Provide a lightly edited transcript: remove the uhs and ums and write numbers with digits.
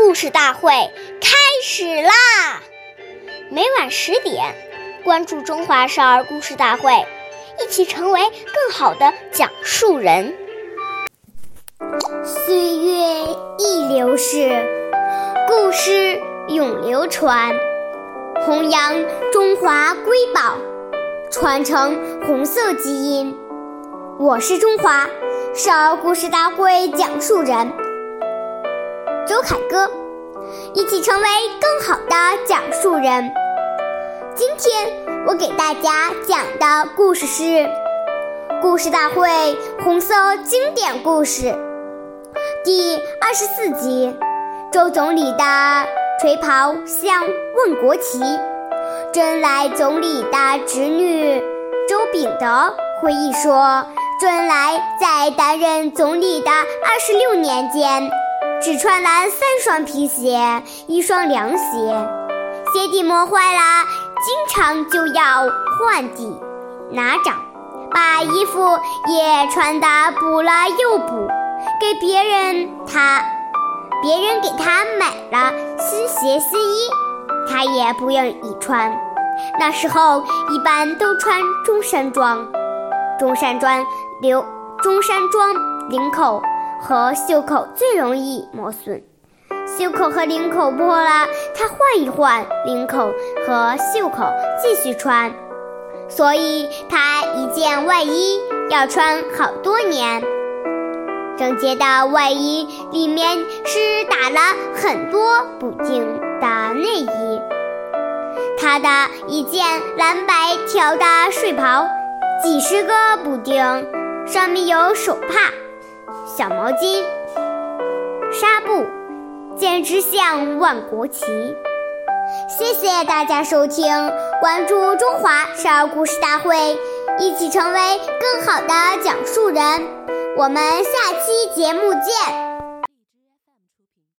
故事大会开始啦！每晚10点，关注中华少儿故事大会，一起成为更好的讲述人。 岁月易流逝，故事永流传，弘扬中华瑰宝，传承红色基因。我是中华少儿故事大会讲述人周凯歌，一起成为更好的讲述人。今天我给大家讲的故事是故事大会红色经典故事第24集，周总理的垂袍向问国旗。周恩来总理的侄女周秉德回忆说，周恩来在担任总理的26年间，只穿了3双皮鞋，1双凉鞋，鞋底磨坏了，经常就要换底拿掌，把衣服也穿得补了又补，别人给他买了新鞋新衣，他也不愿意穿。那时候一般都穿中山装，中山装领口和袖口最容易磨损，袖口和领口破了，他换一换领口和袖口继续穿，所以他一件外衣要穿好多年。整洁的外衣里面是打了很多补丁的内衣。他的一件蓝白条的睡袍，几十个补丁，上面有手帕、小毛巾、纱布，简直像万国旗。谢谢大家收听，关注中华少儿故事大会，一起成为更好的讲述人。我们下期节目见。